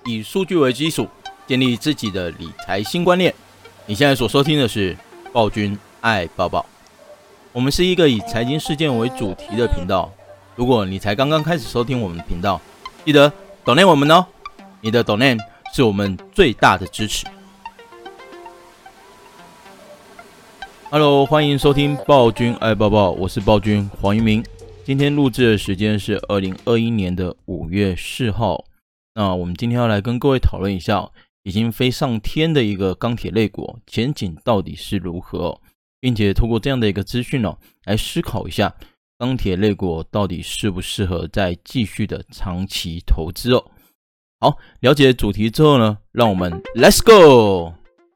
以数据为基础，建立自己的理财新观念。你现在所收听的是暴君爱抱抱。我们是一个以财经事件为主题的频道。如果你才刚刚开始收听我们的频道，记得 donate 我们哦，你的 donate 是我们最大的支持。Hello， 欢迎收听暴君爱抱抱，我是暴君黄一鸣。今天录制的时间是2021年的5月4号。那我们今天要来跟各位讨论一下已经飞上天的一个钢铁类股前景到底是如何并且透过这样的一个资讯来思考一下钢铁类股到底适不适合再继续的长期投资哦。好，了解主题之后呢，让我们 Let's go。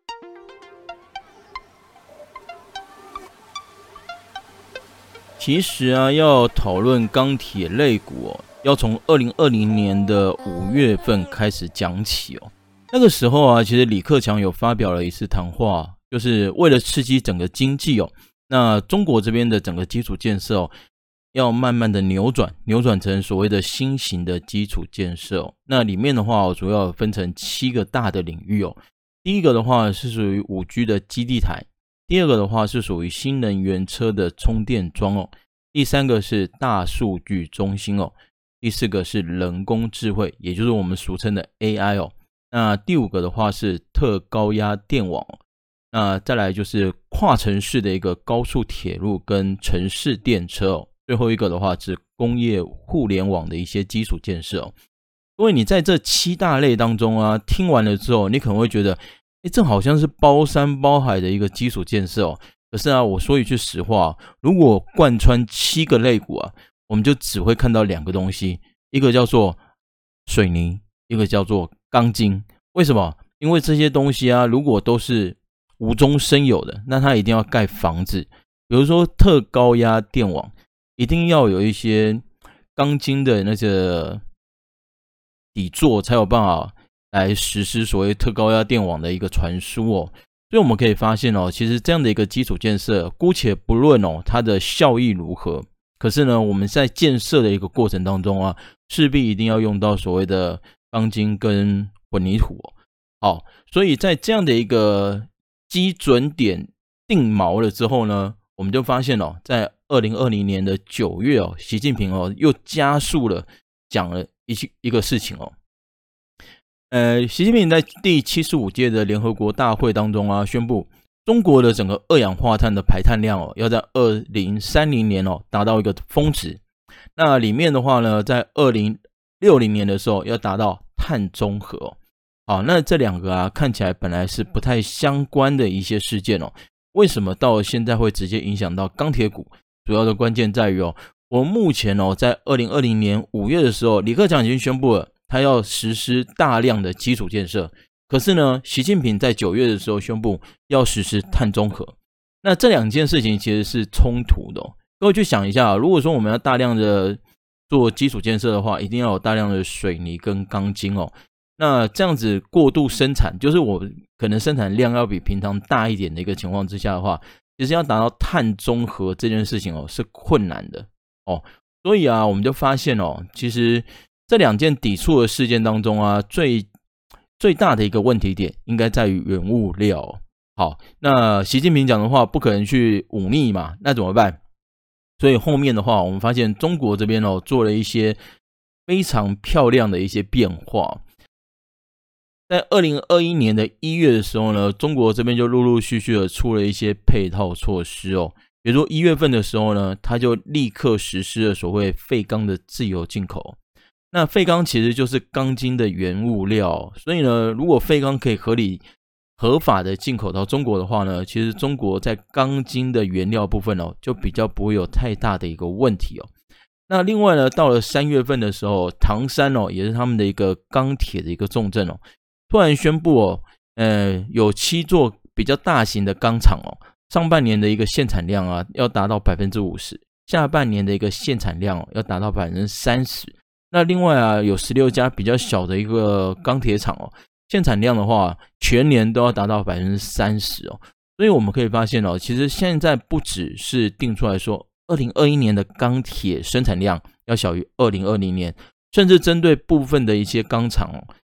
其实要讨论钢铁类股要从2020年的5月份开始讲起那个时候其实李克强有发表了一次谈话，就是为了刺激整个经济那中国这边的整个基础建设要慢慢的扭转成所谓的新型的基础建设那里面的话主要分成7个大的领域第一个的话是属于 5G 的基地台，第二个的话是属于新能源车的充电桩第三个是大数据中心第四个是人工智慧，也就是我们俗称的 AI那第五个的话是特高压电网那再来就是跨城市的一个高速铁路跟城市电车最后一个的话是工业互联网的一些基础建设因为你在这7大类当中听完了之后你可能会觉得这好像是包山包海的一个基础建设可是我说一句实话，如果贯穿7个类股我们就只会看到2个东西，一个叫做水泥，一个叫做钢筋。为什么？因为这些东西如果都是无中生有的，那它一定要盖房子，比如说特高压电网，一定要有一些钢筋的那个底座才有办法来实施所谓特高压电网的一个传输所以我们可以发现其实这样的一个基础建设，姑且不论它的效益如何，可是呢我们在建设的一个过程当中势必一定要用到所谓的钢筋跟混凝土好，所以在这样的一个基准点定锚了之后呢，我们就发现在2020年的9月习近平又加速了讲了一个事情习近平在第75届的联合国大会当中宣布中国的整个二氧化碳的排碳量要在2030年达到一个峰值，那里面的话呢在2060年的时候要达到碳中和好，那这2个看起来本来是不太相关的一些事件为什么到现在会直接影响到钢铁股？主要的关键在于我们目前在2020年5月的时候，李克强已经宣布了他要实施大量的基础建设，可是呢习近平在9月的时候宣布要实施碳中和，那这2件事情其实是冲突的各位去想一下如果说我们要大量的做基础建设的话，一定要有大量的水泥跟钢筋那这样子过度生产，就是我可能生产量要比平常大一点的一个情况之下的话，其实要达到碳中和这件事情是困难的所以我们就发现其实这2件抵触的事件当中最大的一个问题点应该在于原物料好，那习近平讲的话不可能去忤逆嘛，那怎么办？所以后面的话我们发现中国这边做了一些非常漂亮的一些变化。在2021年的1月的时候呢，中国这边就陆陆续续的出了一些配套措施比如说1月份的时候呢，他就立刻实施了所谓废钢的自由进口。那废钢其实就是钢筋的原物料，所以呢，如果废钢可以合法的进口到中国的话呢，其实中国在钢筋的原料部分就比较不会有太大的一个问题那另外呢，到了3月份的时候，唐山也是他们的一个钢铁的一个重镇突然宣布有7座比较大型的钢厂上半年的一个现产量要达到 50%， 下半年的一个现产量要达到 30%。 那另外有16家比较小的一个钢铁厂现产量的话全年都要达到 30%所以我们可以发现其实现在不只是定出来说2021年的钢铁生产量要小于2020年，甚至针对部分的一些钢厂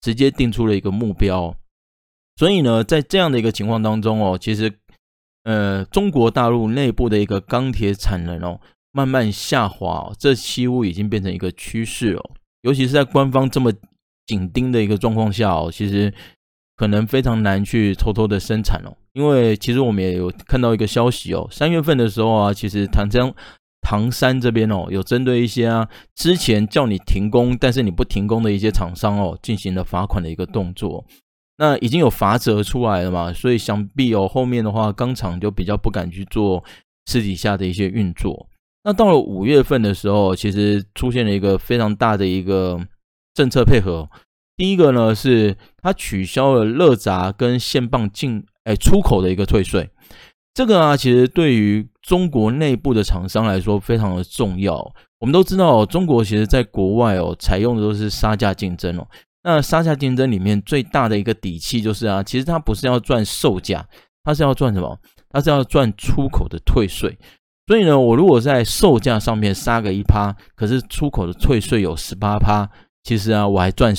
直接定出了一个目标。所以呢，在这样的一个情况当中其实中国大陆内部的一个钢铁产能慢慢下滑这几乎已经变成一个趋势尤其是在官方这么紧盯的一个状况下其实可能非常难去偷偷的生产因为其实我们也有看到一个消息3月份的时候其实唐山这边有针对一些之前叫你停工但是你不停工的一些厂商进行了罚款的一个动作。那已经有罚则出来了嘛，所以想必后面的话钢厂就比较不敢去做私底下的一些运作。那到了5月份的时候，其实出现了一个非常大的一个政策配合。第一个呢是它取消了热轧跟线棒出口的一个退税。这个其实对于中国内部的厂商来说非常的重要。我们都知道中国其实在国外采用的都是杀价竞争那杀价竞争里面最大的一个底气就是其实它不是要赚售价，它是要赚什么？它是要赚出口的退税。所以呢，我如果在售价上面杀个 1%， 可是出口的退税有 18%， 其实我还赚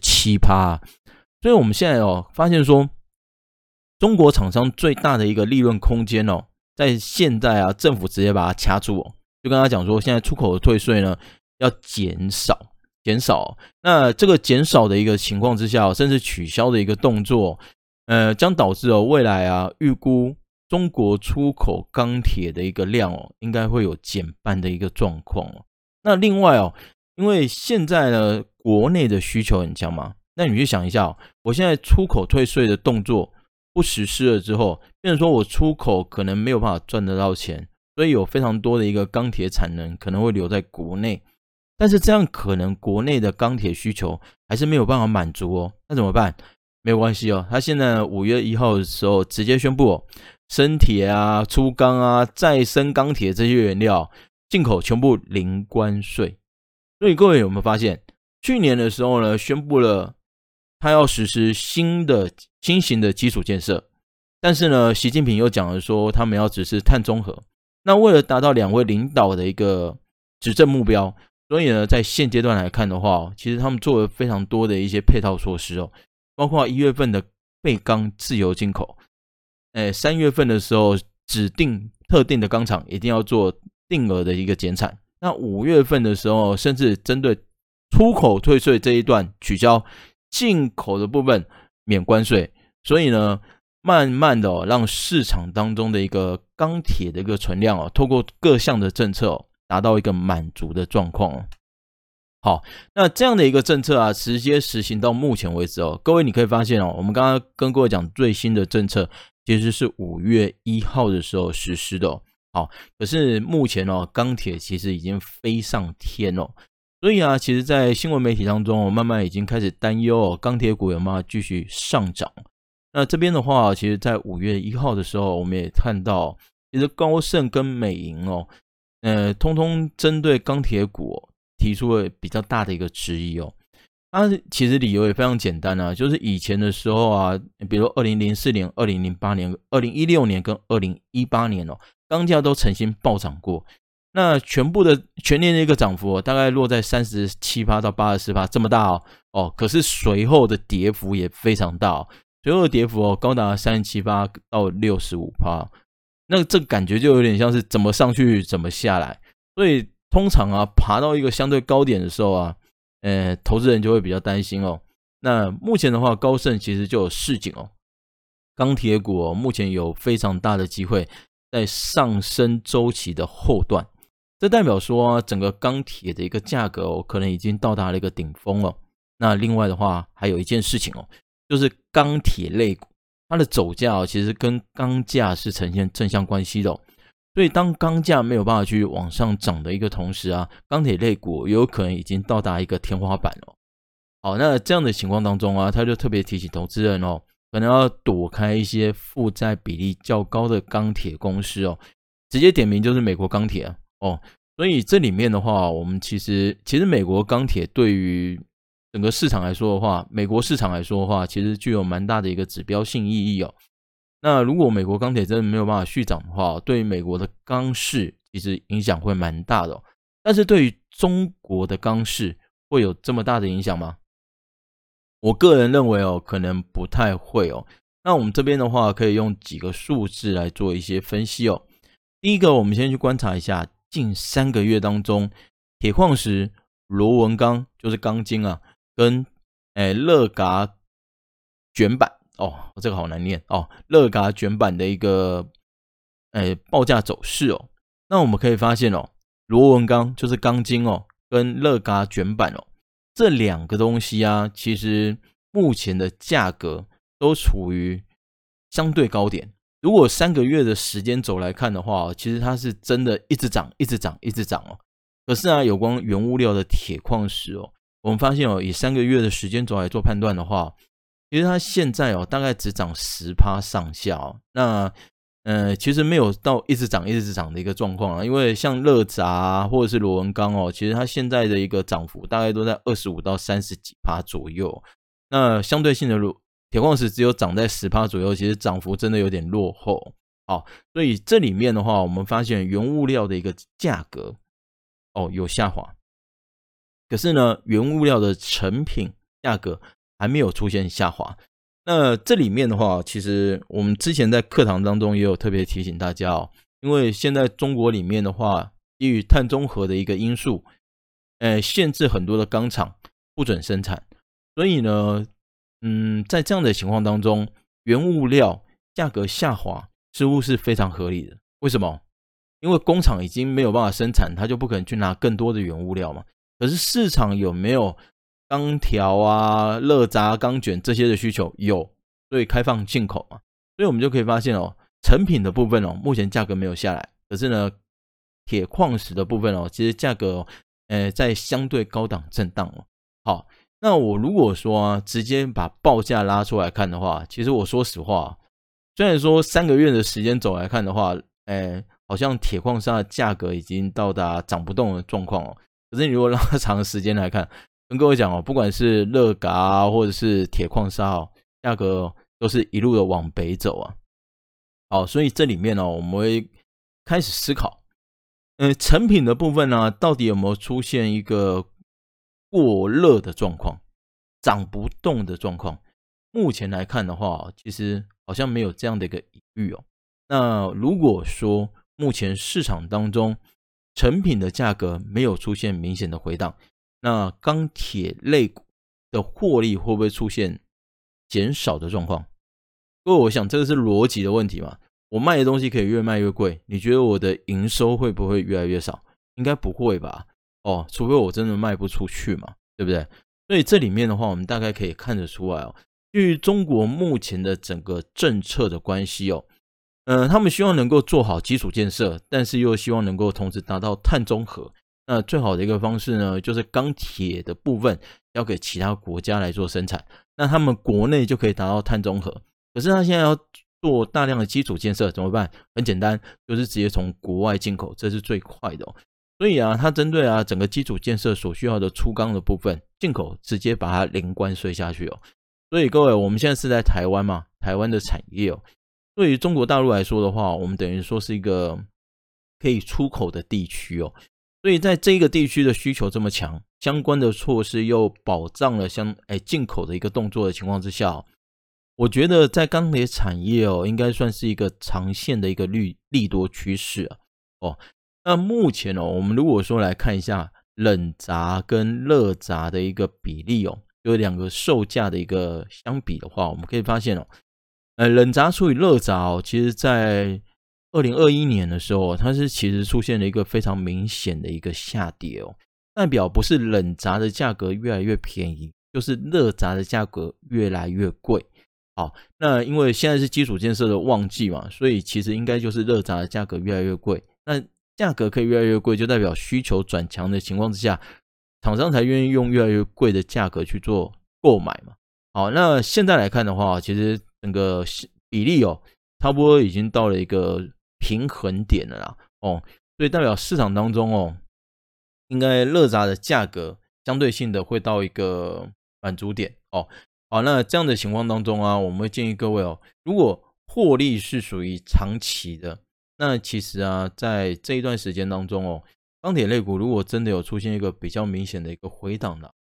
17%。所以我们现在发现说，中国厂商最大的一个利润空间在现在政府直接把它掐住就跟他讲说，现在出口的退税呢要减少。那这个减少的一个情况之下甚至取消的一个动作将导致未来预估中国出口钢铁的一个量应该会有减半的一个状况那另外因为现在呢国内的需求很强嘛，那你去想一下我现在出口退税的动作不实施了之后，变成说我出口可能没有办法赚得到钱，所以有非常多的一个钢铁产能可能会留在国内。但是这样可能国内的钢铁需求还是没有办法满足那怎么办？没有关系他现在5月1号的时候直接宣布生铁粗钢再生钢铁这些原料进口全部零关税。所以各位有没有发现，去年的时候呢宣布了他要实施新型的基础建设，但是呢习近平又讲了说他们要实施碳中和。那为了达到2位领导的一个执政目标，所以呢在现阶段来看的话其实他们做了非常多的一些配套措施包括1月份的废钢自由进口，3月份的时候指定特定的钢厂一定要做定额的一个减产，那5月份的时候甚至针对出口退税这一段取消，进口的部分免关税。所以呢慢慢的让市场当中的一个钢铁的一个存量透过各项的政策达到一个满足的状况好，那这样的一个政策直接实行到目前为止各位你可以发现我们刚刚跟各位讲最新的政策其实是5月1号的时候实施的好，可是目前钢铁其实已经飞上天所以其实在新闻媒体当中慢慢已经开始担忧钢铁股有没有继续上涨。那这边的话其实在5月1号的时候我们也看到其实高盛跟美银通通针对钢铁股提出了比较大的一个质疑其实理由也非常简单就是以前的时候比如2004年、2008年、2016年跟2018年钢价都曾经暴涨过，那全年的一个涨幅大概落在 37% 到 84% 这么大可是随后的跌幅也非常大随后的跌幅高达 37% 到 65%， 那这感觉就有点像是怎么上去怎么下来，所以通常爬到一个相对高点的时候投资人就会比较担心那目前的话高盛其实就有示警钢铁股目前有非常大的机会在上升周期的后段，这代表说整个钢铁的一个价格可能已经到达了一个顶峰了。那另外的话还有一件事情就是钢铁类股它的走价其实跟钢价是呈现正向关系的所以当钢价没有办法去往上涨的一个同时钢铁类股有可能已经到达一个天花板了。好，那这样的情况当中他就特别提醒投资人可能要躲开一些负债比例较高的钢铁公司直接点名就是美国钢铁所以这里面的话我们其实美国钢铁对于整个市场来说的话，美国市场来说的话其实具有蛮大的一个指标性意义那如果美国钢铁真的没有办法续涨的话，对于美国的钢市其实影响会蛮大的但是对于中国的钢市会有这么大的影响吗？ 我个人认为哦，可能不太会哦。那我们这边的话，可以用几个数字来做一些分析哦。第一个，我们先去观察一下近3个月当中，铁矿石、螺纹钢就是钢筋啊，跟乐嘎卷板哦，这个好难念哦，乐嘎卷板的一个报价走势哦。那我们可以发现哦，螺纹钢就是钢筋哦，跟乐嘎卷板哦，这两个东西啊，其实目前的价格都处于相对高点。如果3个月的时间轴来看的话，其实它是真的一直涨，一直涨，一直涨哦。可是啊，有关原物料的铁矿石哦，我们发现哦，以3个月的时间轴来做判断的话，其实它现在哦，大概只涨10%上下哦。那其实没有到一直涨一直涨的一个状况啊，因为像乐杂啊，或者是螺纹钢哦，其实它现在的一个涨幅大概都在25%到30几%左右。那相对性的铁矿石只有涨在10%左右，其实涨幅真的有点落后。好，所以这里面的话，我们发现原物料的一个价格哦有下滑，可是呢，原物料的成品价格还没有出现下滑。那这里面的话，其实我们之前在课堂当中也有特别提醒大家哦，因为现在中国里面的话，基于碳中和的一个因素，限制很多的钢厂不准生产，所以呢，在这样的情况当中，原物料价格下滑似乎是非常合理的。为什么？因为工厂已经没有办法生产，它就不可能去拿更多的原物料嘛。可是市场有没有钢条啊、热轧、钢卷这些的需求？有，所以开放进口嘛。所以我们就可以发现哦，成品的部分哦，目前价格没有下来，可是呢，铁矿石的部分哦，其实价格在相对高档震荡哦。好，那我如果说啊，直接把报价拉出来看的话，其实我说实话，虽然说3个月的时间轴来看的话，好像铁矿砂的价格已经到达涨不动的状况哦。可是你如果拉长时间来看，跟各位讲哦，不管是热轧啊，或者是铁矿砂哦，价格都是一路的往北走啊。好，所以这里面呢，我们会开始思考，成品的部分呢，到底有没有出现一个过热的状况，涨不动的状况？目前来看的话，其实好像没有这样的一个疑虑哦。那如果说目前市场当中成品的价格没有出现明显的回档，那钢铁类股的获利会不会出现减少的状况？因为我想这个是逻辑的问题嘛。我卖的东西可以越卖越贵，你觉得我的营收会不会越来越少？应该不会吧？哦，除非我真的卖不出去嘛，对不对？所以这里面的话，我们大概可以看得出来哦，基于中国目前的整个政策的关系哦，他们希望能够做好基础建设，但是又希望能够同时达到碳中和。那最好的一个方式呢，就是钢铁的部分交给其他国家来做生产，那他们国内就可以达到碳中和。可是他现在要做大量的基础建设怎么办？很简单，就是直接从国外进口，这是最快的哦。所以啊，它针对啊整个基础建设所需要的粗钢的部分，进口直接把它零关税下去哦。所以各位，我们现在是在台湾嘛，台湾的产业哦，对于中国大陆来说的话，我们等于说是一个可以出口的地区哦。所以在这个地区的需求这么强，相关的措施又保障了进口的一个动作的情况之下哦，我觉得在钢铁产业哦，应该算是一个长线的一个利多趋势啊。哦，那目前哦，我们如果说来看一下冷轧跟热轧的一个比例哦，就两个售价的一个相比的话，我们可以发现哦，冷轧除以热轧哦，其实在2021年的时候，它是其实出现了一个非常明显的一个下跌哦，代表不是冷轧的价格越来越便宜，就是热轧的价格越来越贵。好，那因为现在是基础建设的旺季嘛，所以其实应该就是热轧的价格越来越贵。那价格可以越来越贵，就代表需求转强的情况之下，厂商才愿意用越来越贵的价格去做购买嘛。好，那现在来看的话，其实整个比例哦，差不多已经到了一个平衡点了啦。哦，所以代表市场当中哦，应该热轧的价格相对性的会到一个满足点哦。好，那这样的情况当中啊，我们会建议各位哦，如果获利是属于长期的，那其实啊，在这一段时间当中哦，钢铁类股如果真的有出现一个比较明显的一个回档的，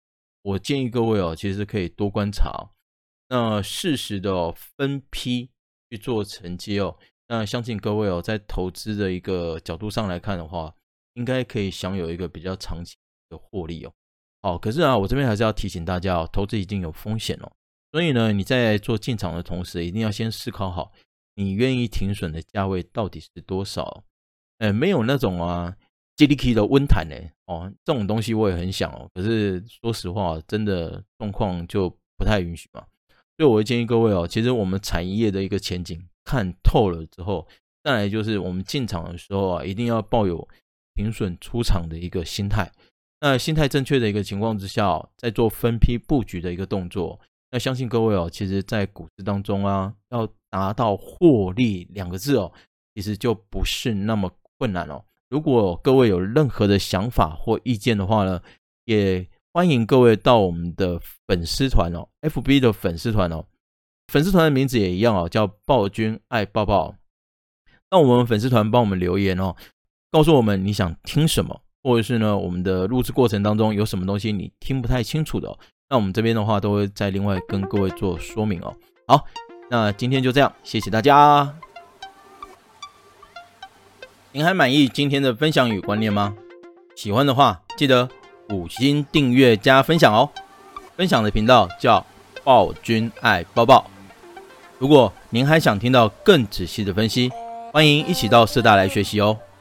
我建议各位哦，其实可以多观察哦，那适时的分批去做承接哦。那相信各位哦，在投资的一个角度上来看的话，应该可以享有一个比较长期的获利哦。好，可是啊，我这边还是要提醒大家哦，投资一定有风险哦。所以呢，你在做进场的同时，一定要先思考好，你愿意停损的价位到底是多少？没有那种啊，接地气的温毯呢，这种东西我也很想哦。可是说实话，真的状况就不太允许嘛。所以我会建议各位哦，其实我们产业的一个前景看透了之后，再来就是我们进场的时候啊，一定要抱有停损出场的一个心态。那心态正确的一个情况之下，在做分批布局的一个动作。那相信各位哦，其实在股市当中啊，要达到获利2个字哦，其实就不是那么困难哦。如果各位有任何的想法或意见的话呢，也欢迎各位到我们的粉丝团哦 ，FB 的粉丝团哦，粉丝团的名字也一样哦，叫暴君爱抱抱。那我们粉丝团帮我们留言哦，告诉我们你想听什么，或者是呢，我们的录制过程当中有什么东西你听不太清楚的哦，那我们这边的话都会再另外跟各位做说明哦。好，那今天就这样，谢谢大家。您还满意今天的分享与观念吗？喜欢的话，记得5星订阅加分享哦。分享的频道叫暴君爱抱抱。如果您还想听到更仔细的分析，欢迎一起到社大来学习哦。